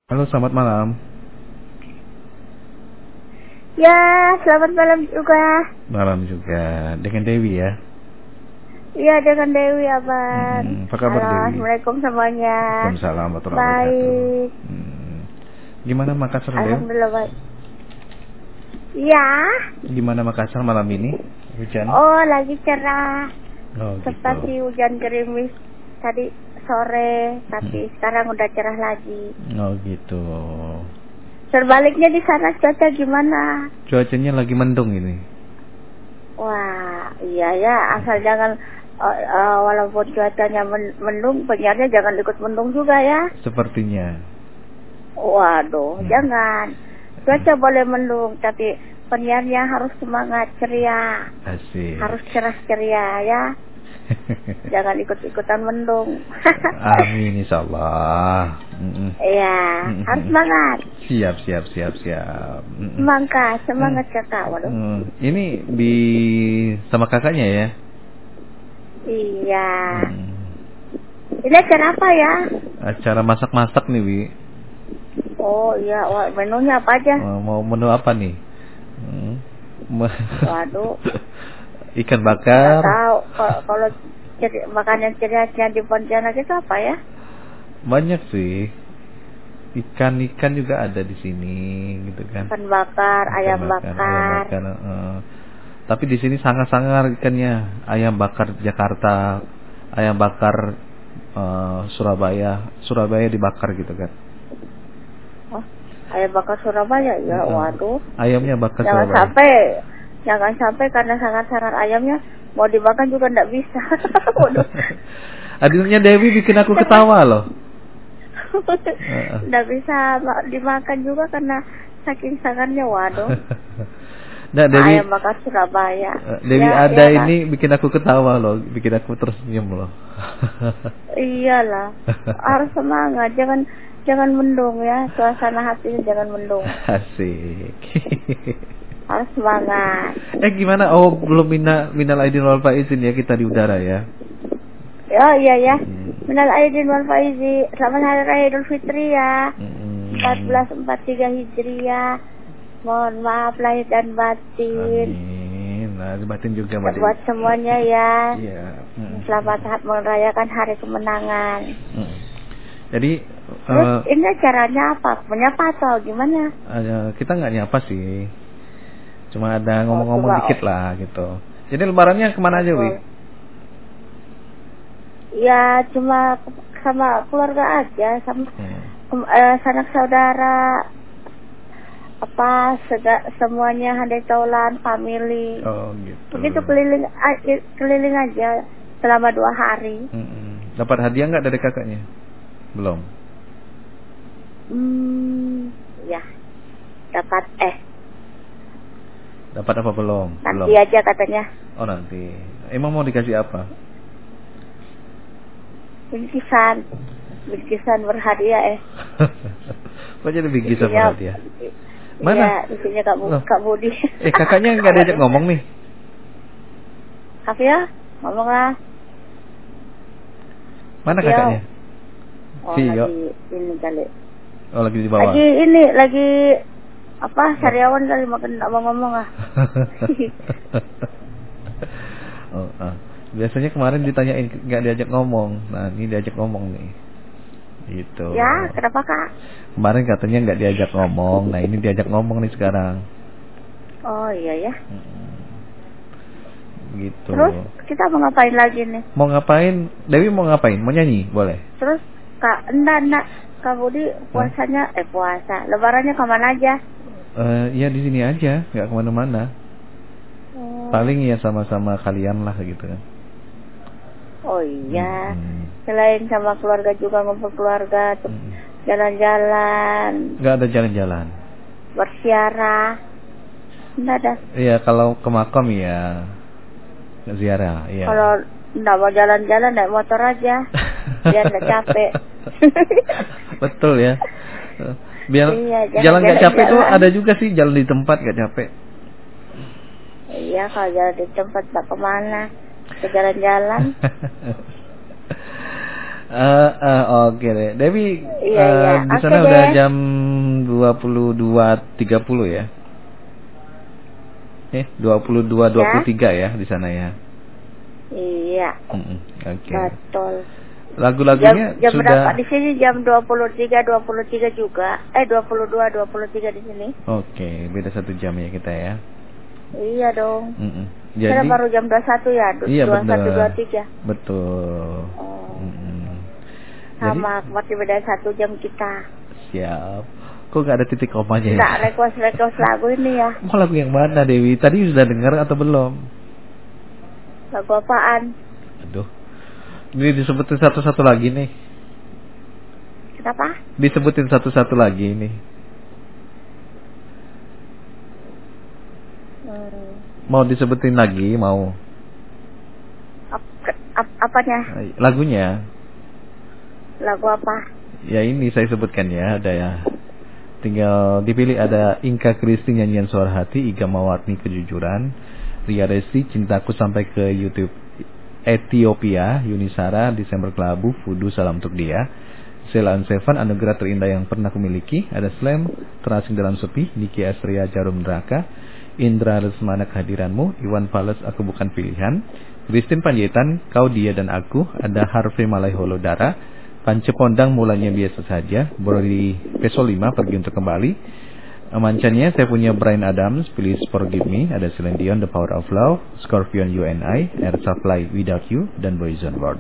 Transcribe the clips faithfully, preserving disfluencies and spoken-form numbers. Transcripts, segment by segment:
Halo, selamat malam. Ya, selamat malam juga. Malam juga. Dengan Dewi ya? Iya, dengan Dewi, Abang. Hmm, apa kabar, Halo, Dewi? Assalamualaikum semuanya. Waalaikumsalam warahmatullahi wabarakatuh. Baik. Hmm. Gimana Makassar, Dewi? Alhamdulillah baik. Iya. Gimana Makassar malam ini? Hujan? Oh, lagi cerah. Oh, Sempat gitu. sih hujan gerimis tadi sore, tapi Hmm. sekarang udah cerah lagi. Oh, gitu. Sebaliknya di sana cuaca gimana? Cuacanya lagi mendung ini. Wah, iya ya, asal jangan uh, uh, walaupun cuacanya men- mendung, penyiarnya jangan ikut mendung juga ya. Sepertinya. Waduh, Hmm. jangan. Cuaca boleh mendung, tapi penyiarnya harus semangat, ceria. Asik. Harus cerah ceria ya. Jangan ikut-ikutan mendung. Amin, insyaallah. Mm-mm. Iya, Mm-mm. harus semangat. Siap, siap, siap, siap. Mm-mm. Semangat, semangat kakak. Waduh. Hmm. Ini di sama kakaknya ya? Iya. Hmm. Ini acara apa ya? Acara masak-masak nih, Wi. Oh iya, wah, menunya apa aja? Oh, mau menu apa nih? Hmm. Waduh. Ikan Nggak bakar. tahu kalau kalau ceri- makanan ceriasnya di Pontianak itu apa ya? Banyak sih. Ikan-ikan juga ada di sini, gitu kan. Ikan bakar, Ikan ayam bakar, bakar. ayam bakar. Uh. Tapi di sini sangar-sangar ikannya. Ayam bakar Jakarta, ayam bakar uh, Surabaya, Surabaya dibakar gitu kan. Oh, ayam bakar Surabaya ya, Uh, waduh. Ayamnya bakar Jangan Surabaya. sampai, jangan sampai karena sangat-sangat ayamnya mau dimakan juga nggak bisa. Waduh. Adilnya Dewi bikin aku ketawa loh. Nggak bisa ma- dimakan juga karena saking sangatnya, waduh. Nah, Dewi, Ayam bakar Surabaya. uh, Dewi Ya, ada ya, ini bikin aku ketawa loh, bikin aku tersenyum loh. Iyalah, harus semangat, jangan jangan mendung ya, suasana hatinya jangan mendung. Asik. Harus semangat. Eh gimana? Oh belum mina minal aidin wal faizin ya, kita di udara ya. Ya, iya ya. Hmm. Minal aidin wal faizin. Selamat Hari Raya Idul Fitri ya. Hmm. empat belas empat puluh tiga Hijriah. Mohon maaf lahir dan batin. Amin. Nah, batin juga Mbak Dewi. Buat semuanya ya. Iya. Hmm. Selamat ha- merayakan hari kemenangan. Hmm. Jadi Terus uh, ini caranya apa? Menyapa atau gimana? uh, kita nggak nyapa sih. Cuma ada ngomong-ngomong Oh, dikit lah gitu. Jadi lebarannya kemana aja, Wi? Ya cuma sama keluarga aja, sama Hmm. Sem- eh, sanak saudara, apa sega, semuanya handai taulan, family. Oh gitu. Begitu keliling a- keliling aja selama dua hari. Mm-mm. Dapat hadiah nggak dari kakaknya? Belum. Hmm, ya dapat eh Dapat apa belum? nanti Belum. aja katanya. Oh nanti. Emang mau dikasih apa? Bingkisan, bingkisan berhadiah eh. Kok jadi bingkisan Isinya- berhadiah? Iya, Mana? isinya Kak, Bu- Loh. Kak Budi. Eh kakaknya nggak diajak ngomong nih? Apa ya? Ngomong lah. Mana Iya. kakaknya? Oh, Vio. lagi ini kali. Oh lagi di bawah. Lagi ini, lagi apa? Sariawan kali makan nggak mau ngomong ah. Oh, ah. Biasanya kemarin ditanyain nggak diajak ngomong. Nah ini diajak ngomong nih. Gitu. Ya, kenapa Kak? Kemarin katanya nggak diajak ngomong. Nah ini diajak ngomong nih sekarang. Oh iya ya. Gitu. Terus kita mau ngapain lagi nih? Mau ngapain? Dewi mau ngapain? Mau nyanyi? Boleh. Terus Kak, enggak enggak. Kak Budi puasanya, eh puasa, lebarannya kemana aja? Eh ya di sini aja, nggak kemana-mana. Oh, Paling ya sama-sama kalian lah gitu kan. oh iya. Hmm. Selain sama keluarga juga ngumpul keluarga, terus Hmm. jalan-jalan, Nggak ada jalan-jalan. bersiarah. Enggak ada. Iya kalau ke makam ya ziarah. Iya. Kalau enggak mau jalan-jalan naik motor aja. Biar enggak capek. Betul ya. Biar Iya, jangan jalan nggak capek tuh jalan-jalan. ada juga sih jalan di tempat nggak capek. Iya, kalau jalan di tempat tak kemana, ke jalan-jalan. uh, uh, Oke deh, Dewi. Iya, uh, iya. Di Oke sana deh. udah jam dua puluh dua tiga puluh ya? Eh, dua puluh dua dua puluh tiga ya di sana ya? Iya. Mm-mm, Oke. Betul. Lagu-lagunya Jam, jam sudah. berapa di sini? Jam dua puluh tiga dua puluh tiga juga. Eh dua puluh dua dua puluh tiga di sini. Oke, beda satu jam ya kita ya. Iya dong. Mm-mm. Karena Jadi baru jam dua puluh satu ya, iya dua puluh satu benar. dua puluh tiga. Betul. Oh. Mm-mm. Sama, Jadi masih beda satu jam kita. siap. Kok gak ada titik komanya ya? Nggak request-request lagu ini ya. Mau lagu yang mana Dewi? Tadi sudah dengar atau belum? Lagu apaan? Aduh. Ini disebutin satu-satu lagi nih. Kenapa? Disebutin satu-satu lagi nih. Hmm. Mau disebutin lagi? Mau? Ap, ap, apanya? Lagunya? Lagu apa? Ya ini saya sebutkan ya. Ada ya. Tinggal dipilih, ada Inka Kristi Nyanyian Suara Hati, Iga Mawarni Kejujuran, Ria Resti Cintaku Sampai ke YouTube, Ethiopia, Yunisara Desember Kelabu, Fudu Salam Untuk Dia, Sheila and Seven Anugerah Terindah Yang Pernah Kumiliki, ada Slam Terasing Dalam Sepi, Niki Astria Jarum Neraka, Indra Lesmana Kehadiranmu, Iwan Fales Aku Bukan Pilihan, Christine Panjaitan Kau Dia dan Aku, ada Harvey Malaiholo Dara, Pancepondang Mulanya Biasa Saja, Brody Peso lima Pergi Untuk Kembali, mancannya saya punya Bryan Adams Please Forgive Me, ada Celine Dion The Power of Love, Scorpion You and I, Air Supply Without You, dan Boyzone World.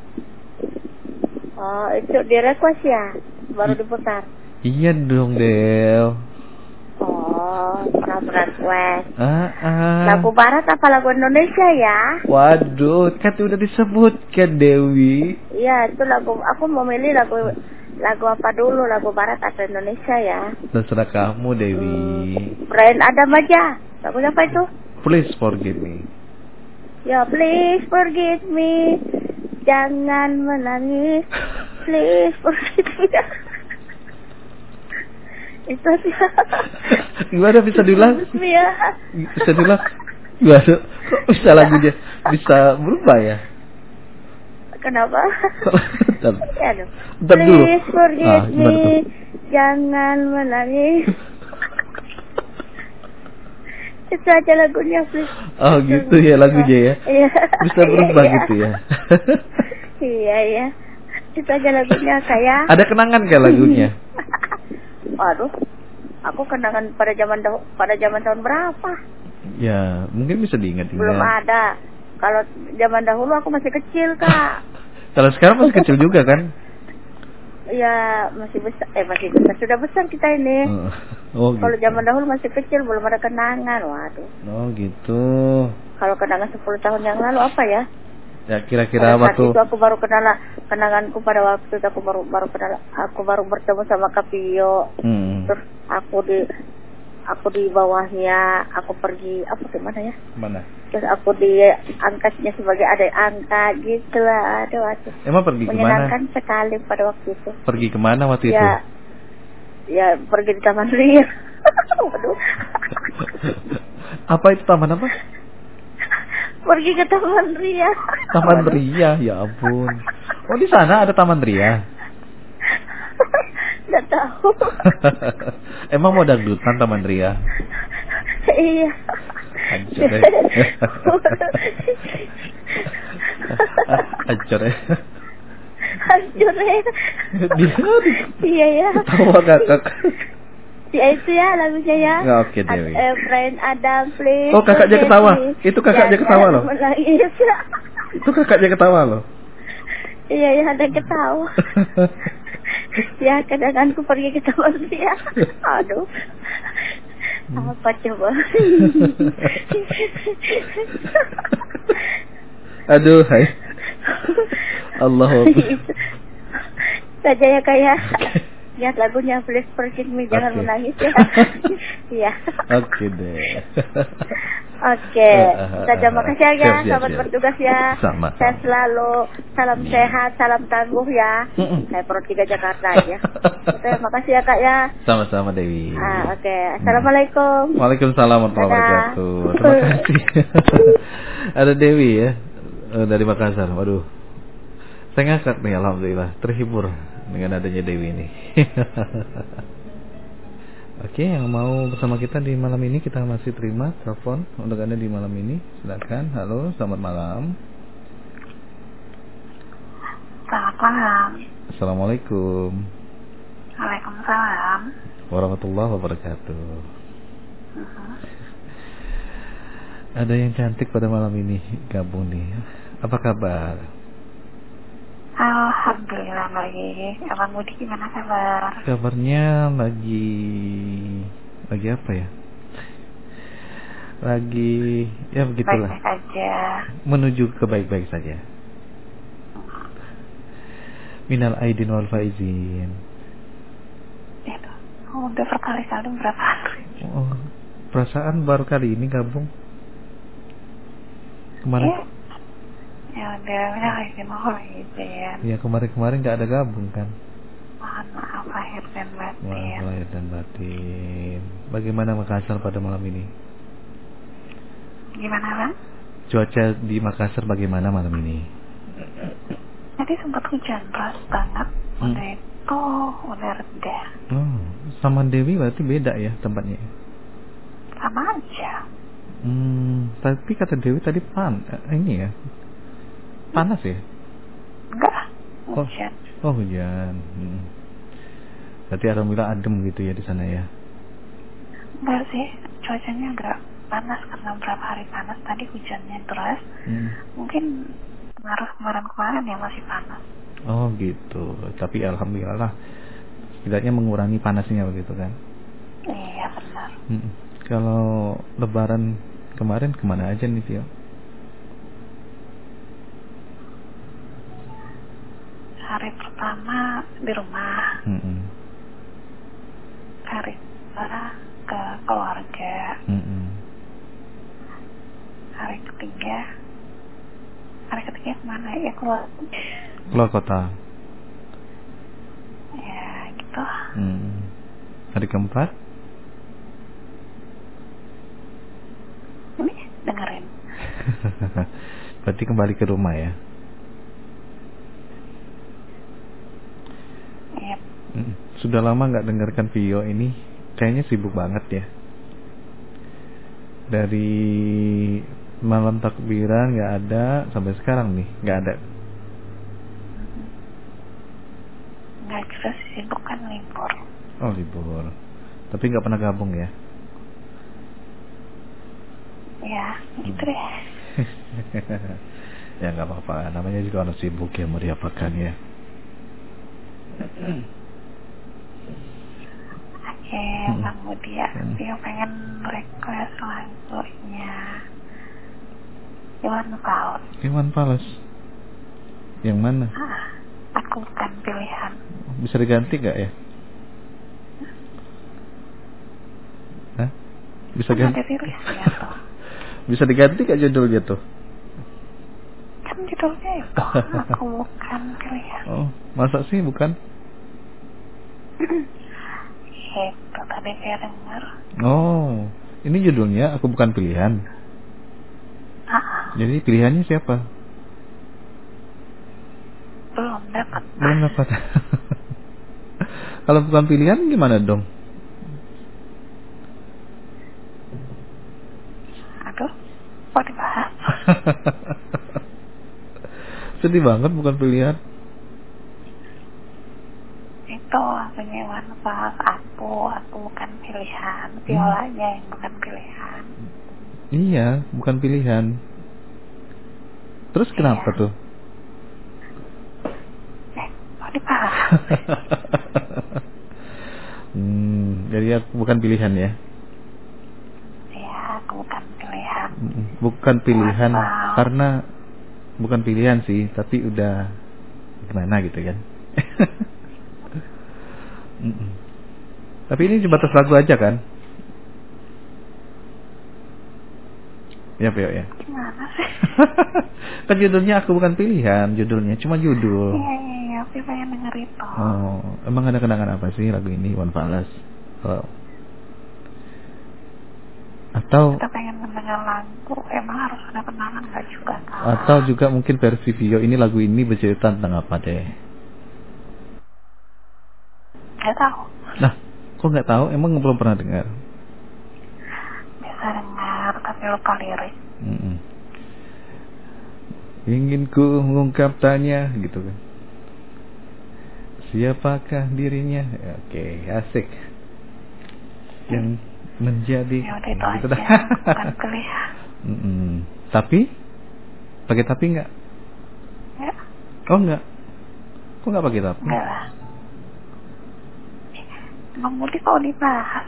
Oh, itu di request ya? Baru diputar? Iya dong Del. Oh, pernah request. Ah, ah. Lagu barat apa lagu Indonesia ya? Waduh, kan udah disebutkan Dewi. Iya, itu lagu, aku mau milih lagu lagu apa dulu, lagu barat atau Indonesia ya? Terserah kamu Dewi. Hmm, Bryan Adam aja. Lagunya apa itu? Please Forgive Me. Ya, please forgive me. Jangan menangis. Please forgive me. Itu aja. Gimana bisa diulang? Ya. Bisa diulang? Gimana? Kok bisa lagunya bisa berubah ya? Kenapa? Bentar. Ya, aduh. Bentar dulu. Please forgive Ah, gimana me. tuh? Jangan menangis. Itu aja lagunya, please. Oh gitu ya lagunya ya? Iya. Bisa berubah Iya. gitu ya? Iya, iya. Itu aja lagunya kayak. Ada kenangan kayak lagunya? Waduh, aku kenangan pada zaman dah- pada zaman tahun berapa? Ya, mungkin bisa diingat-ingat. Belum ada. Kalau zaman dahulu aku masih kecil, Kak. Kalau sekarang masih kecil juga kan? Ya, masih besar. Eh, masih besar. Sudah besar kita ini. Oh, gitu. Kalau zaman dahulu masih kecil, belum ada kenangan. Waduh. Oh, gitu. Kalau kenangan sepuluh tahun yang lalu apa ya? Ya, kira-kira Pada saat waktu... itu aku baru kenal kenanganku pada waktu itu aku baru baru kenal aku baru bertemu sama Kapio. Hmm. Terus aku di aku di bawahnya, aku pergi apa gimana ya? Mana? Terus aku diangkatnya sebagai adik angkat gitu lah. Aduh, aduh. Emang pergi kemana? Menyenangkan sekali pada waktu itu. Pergi kemana waktu itu? Ya, ya pergi di Taman Ria. Waduh. Apa itu taman apa? Pergi ke Taman Ria. Taman Ria, ya ampun. Oh, di sana ada Taman Ria? Nggak tahu. Emang mau dangdutan Taman Ria? Iya. Hancur ya. Hancur ya. Hancur ya. Dia Iya ya. ketawa kakak. Ya itu ya lagunya ya. Nggak, oke Dewi. Eh, Bryan Adam, please. Oh, kakaknya ketawa. Itu kakaknya ketawa loh. Menangis. Itu kakaknya ketawa loh. Iya ya, ada yang ketawa. Ya, kadang-kadang aku pergi ke Taman Ria. Aduh. Apa coba? Aduh, hai. Allahu Akbar. Saja ya kayak. Lihat lagunya Please Forgive Me, jangan Oke. menangis ya. Iya. Oke deh. Oke. Saja makasih ya, Siap, siap, selamat siap. bertugas ya. Sama, Saya sama. selalu salam sehat, salam tangguh ya. Mm-mm. Saya perut tiga Jakarta aja. Oke, makasih ya Kak ya. Sama-sama Dewi. Ah, oke. Assalamualaikum. Waalaikumsalam warahmatullahi Dadah. wabarakatuh. Terima kasih. Ada Dewi ya, eh, dari Makassar. Waduh. Saya ngakak nih, alhamdulillah terhibur dengan adanya Dewi ini. Oke, yang mau bersama kita di malam ini kita masih terima telepon untuk Anda di malam ini. Silakan. Halo, selamat malam. Selamat malam. Assalamualaikum. Waalaikumsalam. Warahmatullahi wabarakatuh. Uh-huh. Ada yang cantik pada malam ini gabung nih. Apa kabar? Alhamdulillah baik. Abang Budi gimana kabar? Kabarnya lagi lagi apa ya? Lagi ya begitulah. Baik-baik aja. Menuju ke baik-baik saja. Minal aidin wal faizin. Itu. Oh, udah berkali-kali berapa hari? Oh, perasaan baru kali ini gabung. Kemarin. Ya, ya udah minal aidin wal faizin. Ya kemarin-kemarin nggak ada gabung kan? Mohon maaf lahir dan batin. Maaf lahir dan batin. Bagaimana Makassar pada malam ini? Gimana bang? Cuaca di Makassar bagaimana malam ini? Tadi sempat hujan deras banget. Hmm. Udah itu udah reda. Oh, sama Dewi berarti beda ya tempatnya? Sama aja. Hmm, tapi kata Dewi tadi pan, eh, ini ya, panas ya? Enggak, hujan. Oh, oh hujan. Hmm. Berarti alhamdulillah adem gitu ya di sana ya? Enggak sih, cuacanya agak panas karena beberapa hari panas. Tadi hujannya deras. Hmm. Mungkin pengaruh kemarin-kemarin yang masih panas. Oh gitu. Tapi alhamdulillah setidaknya mengurangi panasnya begitu kan? Iya benar. Hmm. Kalau Lebaran kemarin kemana aja nih Tio? Hari pertama di rumah. Hmm. Hari kedua ke keluarga. Hmm. Hari ketiga Hari ketiga kemana ya? Keluar Keluar kota. Ya gitu. Hmm. Hari keempat? Ini dengerin. Berarti kembali ke rumah ya? Iya. Hmm. Sudah lama nggak dengarkan Vio ini, kayaknya sibuk banget ya. Dari malam takbiran nggak ada sampai sekarang nih, nggak ada. Nggak juga sih, sibuk kan libur. Oh libur. Tapi nggak pernah gabung ya? Ya gitu deh. Ya nggak apa-apa, namanya juga orang sibuk ya, mau diapakan ya. Oke, Bang Budi ya. Dia pengen request lagunya Iwan Fals. Iwan Fals. Yang mana? Ah, aku bukan pilihan. Bisa diganti nggak ya? Hah? Bisa Kan ganti? ada rilis ya tuh. Bisa diganti nggak judulnya tuh? Kan judulnya itu Aku Bukan Pilihan. Oh, masa sih bukan? Itu tadi saya dengar. Oh, ini judulnya Aku Bukan Pilihan. Ah, Jadi pilihannya siapa? belum dapat. Belum dapat. Kalau bukan pilihan gimana dong? Aduh, kok dibahas? Sedih banget bukan pilihan. Itu lagunya Iwan Fals. Aku, aku bukan pilihan. Violanya yang bukan pilihan. Iya, bukan pilihan. Terus kenapa Iya. tuh? Eh, kok dibahas? hmm, jadi aku bukan pilihan ya? Iya, aku bukan pilihan. Bukan pilihan Wow. karena bukan pilihan sih, tapi udah gimana gitu kan? Tapi ini sebatas lagu aja kan? Ya, Pio ya. Gimana sih? Kan judulnya Aku Bukan Pilihan, judulnya cuma judul. Iya, iya, iya, aku pengen denger itu. Oh, emang ada kenangan apa sih lagu ini Iwan Fals? Oh. Apa Atau kita pengen mendengar lagu, emang harus ada kenangan nggak juga tahu. Atau juga mungkin versi video ini, lagu ini bercerita tentang apa deh? Nggak tahu. Nah, kok nggak tahu? Emang belum pernah dengar? Bisa dengar tapi lupa lirik. Mm-mm. Ingin ku mengungkap tanya gitu kan. Siapakah dirinya? Ya, oke, asik. Yang menjadi Ya udah itu gitu aja, dah. bukan pilihan. Mm-mm. Tapi pakai tapi nggak? Ya, Oh nggak? Kok nggak pakai tapi? enggak lah. Emang mudik kok dibahas.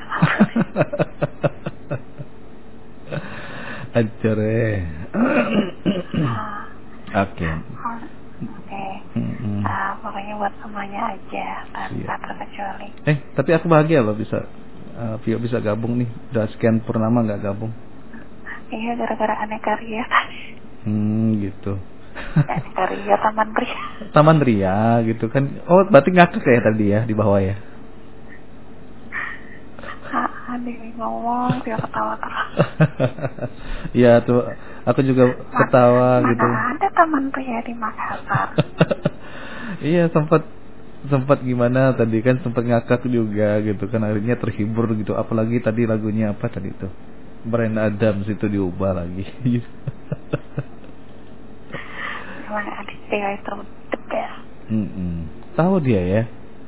Ajar eh. Ah, Oke. oh, Oke. Mm-mm. Ah, pokoknya buat semuanya aja tanpa Siap. terkecuali. Eh, tapi aku bahagia loh bisa uh, Vio bisa gabung nih. Udah sekian purnama nggak gabung. Iya, gara-gara aneka ria tadi. Hmm, gitu. Aneka ria Taman Ria. Taman Ria gitu kan. Oh, berarti ngakak ya tadi ya di bawah ya. Ah, Dewi ngomong, dia ketawa terus. Iya tuh, aku juga ketawa Mana gitu. ada Taman Ria di Makassar? Iya, sempat sempat gimana tadi kan, sempat ngakak juga gitu kan, akhirnya terhibur gitu. Apalagi tadi lagunya apa tadi tuh, Bryan Adams itu diubah lagi. Emang adik dia itu the best. Mm-mm. Tahu dia ya?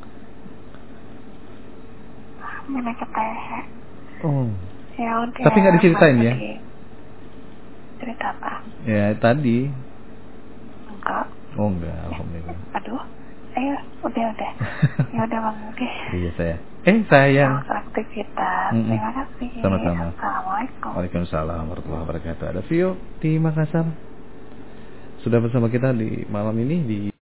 Mana ketehe. Oh. Ya udah. Tapi nggak diceritain ya? Di... Cerita apa? Ya tadi. Enggak. Oh enggak, alhamdulillah. Aduh. Ayo, udah udah. Ya udah Bang Mudi. Iya saya. Eh sayang. Selamat aktivitas. Mm-mm. Terima kasih. Sama-sama. Assalamualaikum. Waalaikumsalam warahmatullahi wabarakatuh. Ada Vio di Makassar. Sudah bersama kita di malam ini di